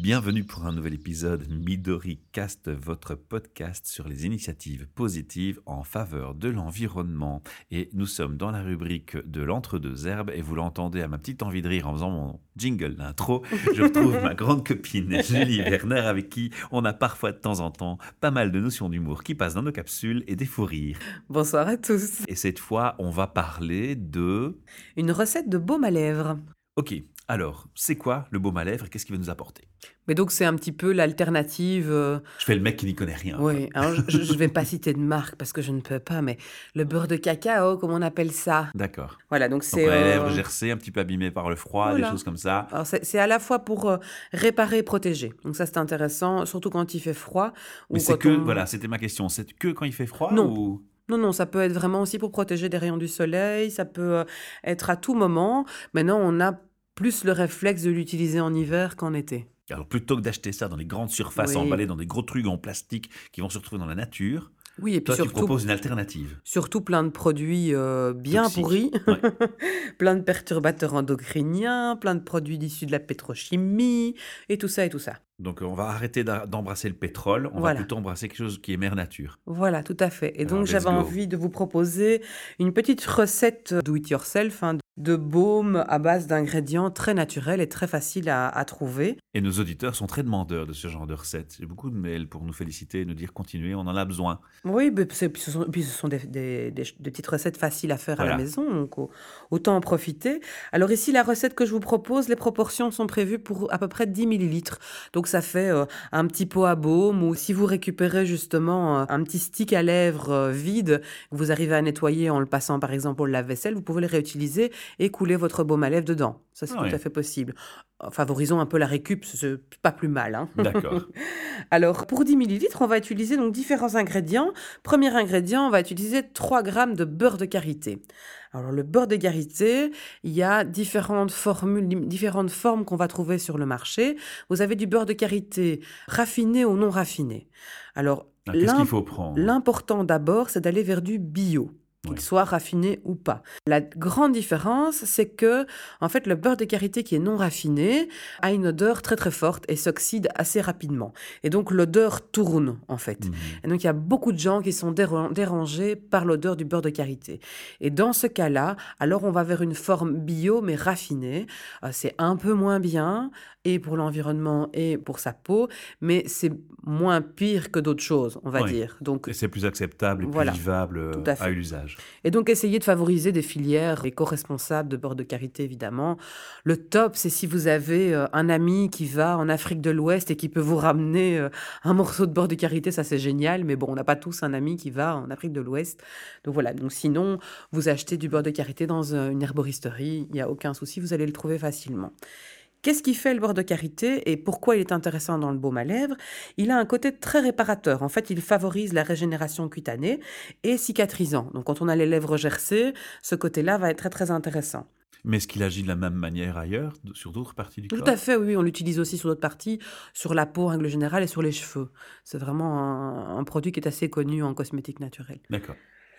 Bienvenue pour un nouvel épisode Midori Cast, votre podcast sur les initiatives positives en faveur de l'environnement. Et nous sommes dans la rubrique de l'entre-deux herbes et vous l'entendez à ma petite envie de rire en faisant mon jingle d'intro. Je retrouve ma grande copine Julie Werner avec qui on a parfois de temps en temps pas mal de notions d'humour qui passent dans nos capsules et des fous rires. Bonsoir à tous. Et cette fois, on va parler de... Une recette de baume à lèvres. Ok, alors, c'est quoi le baume à lèvres et qu'est-ce qu'il va nous apporter? Mais donc c'est un petit peu l'alternative. Je fais le mec qui n'y connaît rien. Oui, alors je vais pas citer de marque parce que je ne peux pas, mais le beurre de cacao, comme on appelle ça. D'accord. Voilà, donc Donc c'est. on a les lèvres gercées, un petit peu abîmées par le froid, Voilà. des choses comme ça. Alors c'est à la fois pour réparer et protéger. Donc ça c'est intéressant, surtout quand il fait froid. Mais Ou c'est quand que, on... voilà, c'était ma question, c'est que quand il fait froid Non. ou... Non, ça peut être vraiment aussi pour protéger des rayons du soleil, ça peut être à tout moment. Maintenant, on a plus le réflexe de l'utiliser en hiver qu'en été. Alors plutôt que d'acheter ça dans les grandes surfaces Oui. emballées dans des gros trucs en plastique qui vont se retrouver dans la nature, Oui, et puis toi tu surtout, proposes une alternative. surtout plein de produits bien Toxiques. pourris, Ouais. plein de perturbateurs endocriniens, plein de produits issus de la pétrochimie, et tout ça, et tout ça. Donc on va arrêter d'embrasser le pétrole, on va Voilà. plutôt embrasser quelque chose qui est mère nature. Voilà, tout à fait. Et Alors, donc, let's j'avais go. envie de vous proposer une petite recette do it yourself, de baume à base d'ingrédients très naturels et très faciles à trouver. Et nos auditeurs sont très demandeurs de ce genre de recettes. J'ai beaucoup de mails pour nous féliciter et nous dire continuez, on en a besoin. Oui, mais puis ce sont des petites recettes faciles à faire à la Voilà. maison, donc autant en profiter. Alors ici, la recette que je vous propose, les proportions sont prévues pour à peu près 10 millilitres. Donc ça fait un petit pot à baume, ou si vous récupérez justement un petit stick à lèvres vide, que vous arrivez à nettoyer en le passant par exemple au lave-vaisselle, vous pouvez le réutiliser et couler votre baume à lèvres dedans. Ça, c'est Ah ouais. tout à fait possible. Favorisons un peu la récup, c'est pas plus mal, hein. D'accord. Alors, pour 10 millilitres, on va utiliser donc différents ingrédients. Premier ingrédient, on va utiliser 3 grammes de beurre de karité. Alors, le beurre de karité, il y a différentes formes qu'on va trouver sur le marché. Vous avez du beurre de karité raffiné ou non raffiné. Alors, Alors, qu'est-ce qu'il faut prendre? l'important d'abord, c'est d'aller vers du bio, qu'il Ouais. soit raffiné ou pas. La grande différence, c'est que, en fait, le beurre de karité qui est non raffiné a une odeur très très forte et s'oxyde assez rapidement. Et donc l'odeur tourne, en fait. Mhm. Et donc il y a beaucoup de gens qui sont dérangés par l'odeur du beurre de karité. Et dans ce cas-là, alors on va vers une forme bio mais raffinée. C'est un peu moins bien, et pour l'environnement et pour sa peau, mais c'est moins pire que d'autres choses, on va Oui. dire. Donc, Et c'est plus acceptable et plus Voilà. vivable Tout à fait. à l'usage. Et donc, essayez de favoriser des filières éco-responsables de beurre de karité, évidemment. Le top, c'est si vous avez un ami qui va en Afrique de l'Ouest et qui peut vous ramener un morceau de beurre de karité, ça c'est génial. Mais bon, on n'a pas tous un ami qui va en Afrique de l'Ouest. Donc voilà, donc sinon, vous achetez du beurre de karité dans une herboristerie, il n'y a aucun souci, vous allez le trouver facilement. Qu'est-ce qui fait le beurre de karité et pourquoi il est intéressant dans le baume à lèvres? Il a un côté très réparateur. En fait, il favorise la régénération cutanée et cicatrisant. Donc, quand on a les lèvres gercées, ce côté-là va être très, très intéressant. Mais est-ce qu'il agit de la même manière ailleurs, sur d'autres parties du Tout corps? à fait, oui, on l'utilise aussi sur d'autres parties, sur la peau en règle générale et sur les cheveux. C'est vraiment un produit qui est assez connu en cosmétique naturelle. D'accord.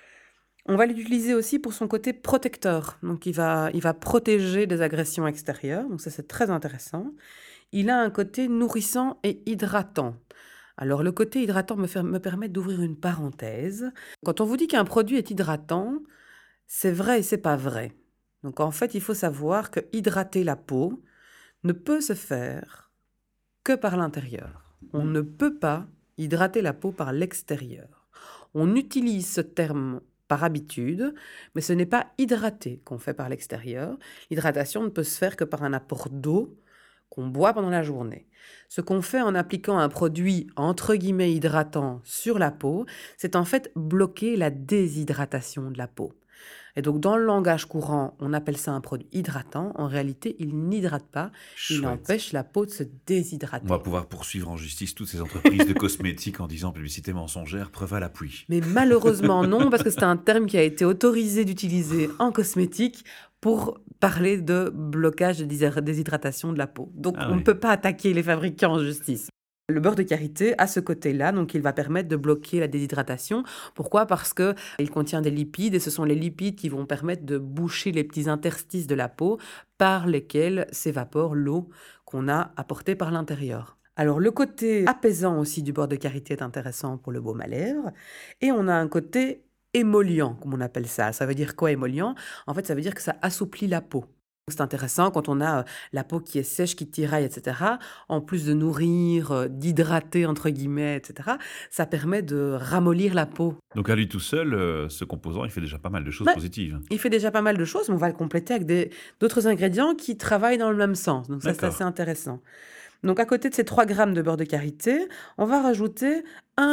On va l'utiliser aussi pour son côté protecteur. Donc, il va protéger des agressions extérieures. Donc, ça, c'est très intéressant. Il a un côté nourrissant et hydratant. Alors, le côté hydratant me permet d'ouvrir une parenthèse. Quand on vous dit qu'un produit est hydratant, c'est vrai et c'est pas vrai. Donc, en fait, il faut savoir que hydrater la peau ne peut se faire que par l'intérieur. On ne peut pas hydrater la peau par l'extérieur. On utilise ce terme par habitude, mais ce n'est pas hydrater qu'on fait par l'extérieur. L'hydratation ne peut se faire que par un apport d'eau qu'on boit pendant la journée. Ce qu'on fait en appliquant un produit entre guillemets hydratant sur la peau, c'est en fait bloquer la déshydratation de la peau. Et donc, dans le langage courant, on appelle ça un produit hydratant. En réalité, il n'hydrate pas, il Chouette. empêche la peau de se déshydrater. On va pouvoir poursuivre en justice toutes ces entreprises de cosmétiques en disant publicité mensongère, preuve à l'appui. Mais malheureusement non, parce que c'est un terme qui a été autorisé d'utiliser en cosmétique pour parler de blocage de déshydratation de la peau. Donc, Ah on ne oui. peut pas attaquer les fabricants en justice. Le beurre de karité a ce côté-là, donc il va permettre de bloquer la déshydratation. Pourquoi? Parce qu'il contient des lipides et ce sont les lipides qui vont permettre de boucher les petits interstices de la peau par lesquels s'évapore l'eau qu'on a apporté par l'intérieur. Alors le côté apaisant aussi du beurre de karité est intéressant pour le baume à lèvres. Et on a un côté émollient, comme on appelle ça. Ça veut dire quoi émollient? En fait, ça veut dire que ça assouplit la peau. C'est intéressant quand on a la peau qui est sèche, qui tiraille, etc. En plus de nourrir, d'hydrater, entre guillemets, etc., ça permet de ramollir la peau. Donc à lui tout seul, ce composant, il fait déjà pas mal de choses Ouais, positives. il fait déjà pas mal de choses, mais on va le compléter avec d'autres ingrédients qui travaillent dans le même sens. Donc ça, c'est assez D'accord. intéressant. Donc à côté de ces 3 grammes de beurre de karité, on va rajouter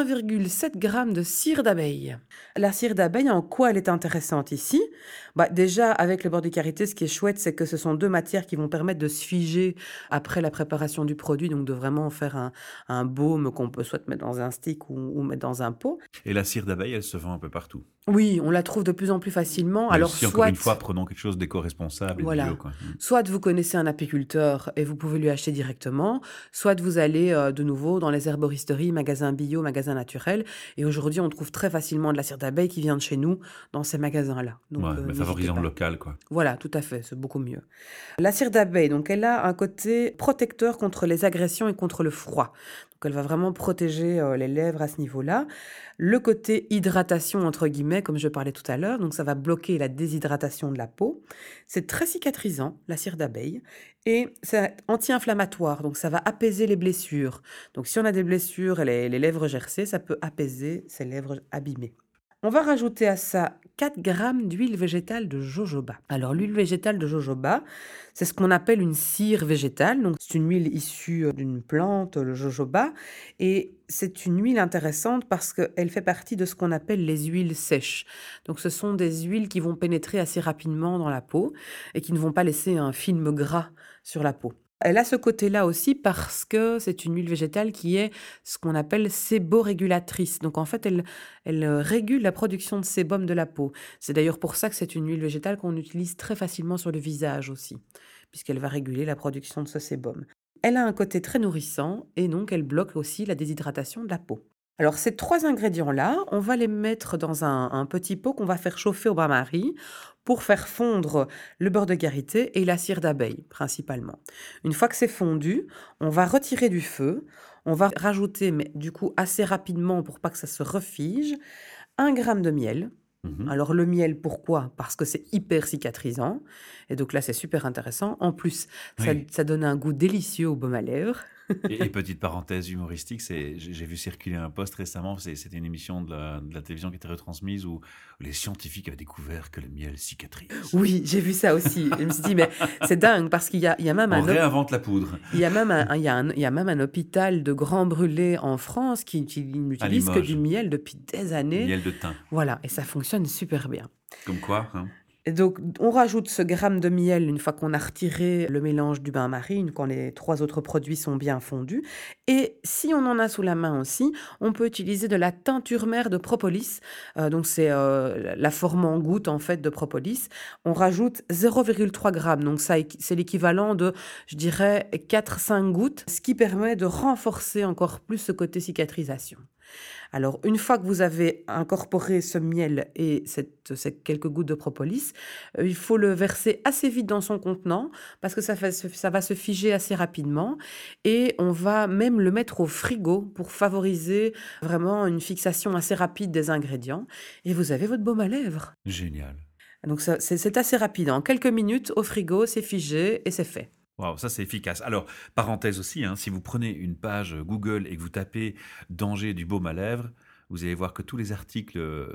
1,7 g de cire d'abeille. La cire d'abeille, en quoi elle est intéressante ici? Déjà, avec le beurre de karité, ce qui est chouette, c'est que ce sont 2 matières qui vont permettre de se figer après la préparation du produit, donc de vraiment faire un baume qu'on peut soit mettre dans un stick ou mettre dans un pot. Et la cire d'abeille, elle se vend un peu partout. Oui, on la trouve de plus en plus facilement. Mais Alors aussi, encore une fois, soit prenons quelque chose d'éco-responsable et de bio, voilà. quoi. Soit vous connaissez un apiculteur et vous pouvez lui acheter directement, soit vous allez de nouveau dans les herboristeries, magasins bio, magasins naturels. Et aujourd'hui, on trouve très facilement de la cire d'abeille qui vient de chez nous dans ces magasins-là. Donc, Ouais, mais n'hésitez favorisant le pas. local, quoi. Voilà, tout à fait, c'est beaucoup mieux. La cire d'abeille, donc elle a un côté protecteur contre les agressions et contre le froid. Donc elle va vraiment protéger les lèvres à ce niveau-là. Le côté hydratation, entre guillemets, comme je parlais tout à l'heure, donc ça va bloquer la déshydratation de la peau. C'est très cicatrisant, la cire d'abeille, et c'est anti-inflammatoire, donc ça va apaiser les blessures. Donc si on a des blessures et les lèvres gercées, ça peut apaiser ces lèvres abîmées. On va rajouter à ça 4 grammes d'huile végétale de jojoba. Alors l'huile végétale de jojoba, c'est ce qu'on appelle une cire végétale. Donc c'est une huile issue d'une plante, le jojoba. Et c'est une huile intéressante parce qu'elle fait partie de ce qu'on appelle les huiles sèches. Donc ce sont des huiles qui vont pénétrer assez rapidement dans la peau et qui ne vont pas laisser un film gras sur la peau. Elle a ce côté-là aussi parce que c'est une huile végétale qui est ce qu'on appelle séborégulatrice. Donc en fait, elle régule la production de sébum de la peau. C'est d'ailleurs pour ça que c'est une huile végétale qu'on utilise très facilement sur le visage aussi, puisqu'elle va réguler la production de ce sébum. Elle a un côté très nourrissant et donc elle bloque aussi la déshydratation de la peau. Alors ces 3 ingrédients-là, on va les mettre dans un petit pot qu'on va faire chauffer au bain-marie pour faire fondre le beurre de karité et la cire d'abeille principalement. Une fois que c'est fondu, on va retirer du feu, on va rajouter, mais du coup assez rapidement pour pas que ça se refige, 1 gramme de miel. Mhm. Alors le miel, pourquoi? Parce que c'est hyper cicatrisant. Et donc là, c'est super intéressant. En plus, Oui. ça donne un goût délicieux au baume à lèvres. Et petite parenthèse humoristique, j'ai vu circuler un post récemment, c'était une émission de la télévision qui était retransmise où les scientifiques avaient découvert que le miel cicatrise. Oui, j'ai vu ça aussi. Je me suis dit, mais c'est dingue parce il y a même On réinvente la poudre il y a même il y a même un hôpital de Grand Brûlé en France qui à n'utilise que du Limoges, miel depuis des années. miel de thym. Voilà, et ça fonctionne super bien. Comme quoi, hein. Et donc, on rajoute ce gramme de miel une fois qu'on a retiré le mélange du bain-marie, quand les 3 autres produits sont bien fondus. Et si on en a sous la main aussi, on peut utiliser de la teinture mère de propolis. Donc, c'est la forme en goutte, en fait, de propolis. On rajoute 0,3 grammes. Donc, ça, c'est l'équivalent de, je dirais, 4-5 gouttes, ce qui permet de renforcer encore plus ce côté cicatrisation. Alors, une fois que vous avez incorporé ce miel et ces quelques gouttes de propolis, il faut le verser assez vite dans son contenant parce que ça va se figer assez rapidement et on va même le mettre au frigo pour favoriser vraiment une fixation assez rapide des ingrédients et vous avez votre baume à lèvres. Génial. Donc, c'est assez rapide. En quelques minutes, au frigo, c'est figé et c'est fait. Waouh, ça c'est efficace. Alors, parenthèse aussi, hein, si vous prenez une page Google et que vous tapez danger du baume à lèvres, vous allez voir que tous les articles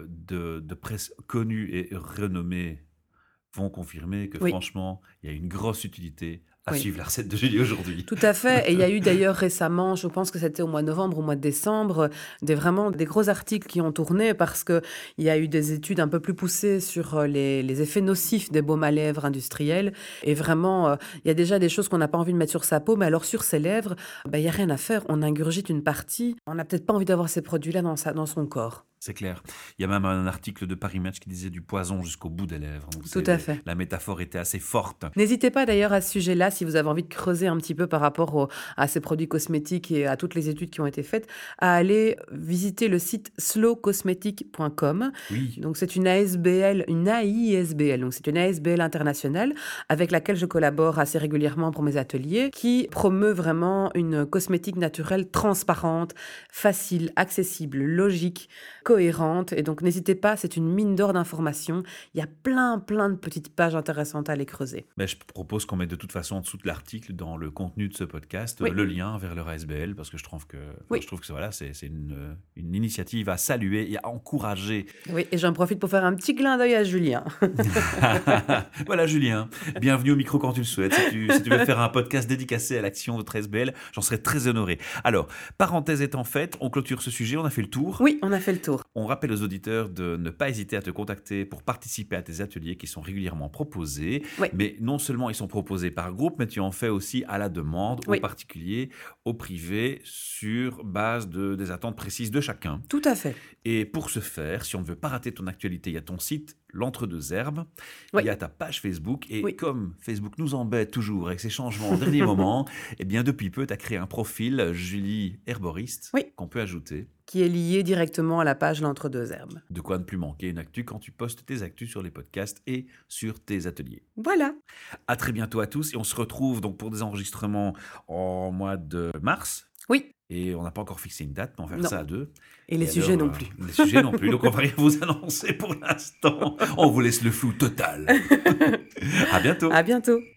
de presse connus et renommés vont confirmer que Oui, franchement, il y a une grosse utilité à oui. suivre la recette de Julie aujourd'hui. Tout à fait. Et il y a eu d'ailleurs récemment, je pense que c'était au mois de novembre, au mois de décembre, vraiment des gros articles qui ont tourné parce qu'il y a eu des études un peu plus poussées sur les effets nocifs des baumes à lèvres industriels. Et vraiment, il y a déjà des choses qu'on n'a pas envie de mettre sur sa peau, mais alors sur ses lèvres, il n'y a rien à faire. On ingurgite une partie. On n'a peut-être pas envie d'avoir ces produits-là dans son corps. C'est clair. Il y a même un article de Paris Match qui disait du poison jusqu'au bout des lèvres. Donc Tout à fait. la métaphore était assez forte. N'hésitez pas d'ailleurs à ce sujet-là, si vous avez envie de creuser un petit peu par rapport à ces produits cosmétiques et à toutes les études qui ont été faites, à aller visiter le site slowcosmetic.com. Oui. Donc c'est une ASBL, une AISBL, donc c'est une ASBL internationale avec laquelle je collabore assez régulièrement pour mes ateliers, qui promeut vraiment une cosmétique naturelle transparente, facile, accessible, logique, cohérente. Et donc n'hésitez pas, c'est une mine d'or d'informations. Il y a plein de petites pages intéressantes à aller creuser. Ben, je propose qu'on mette de toute façon en dessous de l'article, dans le contenu de ce podcast, Oui. le lien vers leur ASBL, parce que je trouve que, Oui. voilà, c'est une initiative à saluer et à encourager. Oui, et j'en profite pour faire un petit clin d'œil à Julien. Voilà, Julien, bienvenue au micro quand tu le souhaites. Si tu veux faire un podcast dédicacé à l'action de votre ASBL, j'en serais très honoré. Alors, parenthèse étant faite, on clôture ce sujet, on a fait le tour. Oui, on a fait le tour. On rappelle aux auditeurs de ne pas hésiter à te contacter pour participer à tes ateliers qui sont régulièrement proposés. Oui. Mais non seulement ils sont proposés par groupe, mais tu en fais aussi à la demande, Oui. aux particuliers, aux privés, sur base des attentes précises de chacun. Tout à fait. Et pour ce faire, si on ne veut pas rater ton actualité, il y a ton site L'Entre-deux-Herbes, Oui. il y a ta page Facebook, et Oui. comme Facebook nous embête toujours avec ses changements au dernier moment, eh bien depuis peu, tu as créé un profil Julie Herboriste Oui. qu'on peut ajouter. Qui est lié directement à la page L'Entre-deux-Herbes. De quoi ne plus manquer une actu quand tu postes tes actus sur les podcasts et sur tes ateliers. Voilà. À très bientôt à tous, et on se retrouve donc pour des enregistrements en mois de mars. Oui. Et on n'a pas encore fixé une date, mais on va faire Non. ça à deux. Et les Et sujets alors, non plus. Les sujets non plus, donc on va rien vous annoncer pour l'instant. On vous laisse le flou total. À bientôt. À bientôt.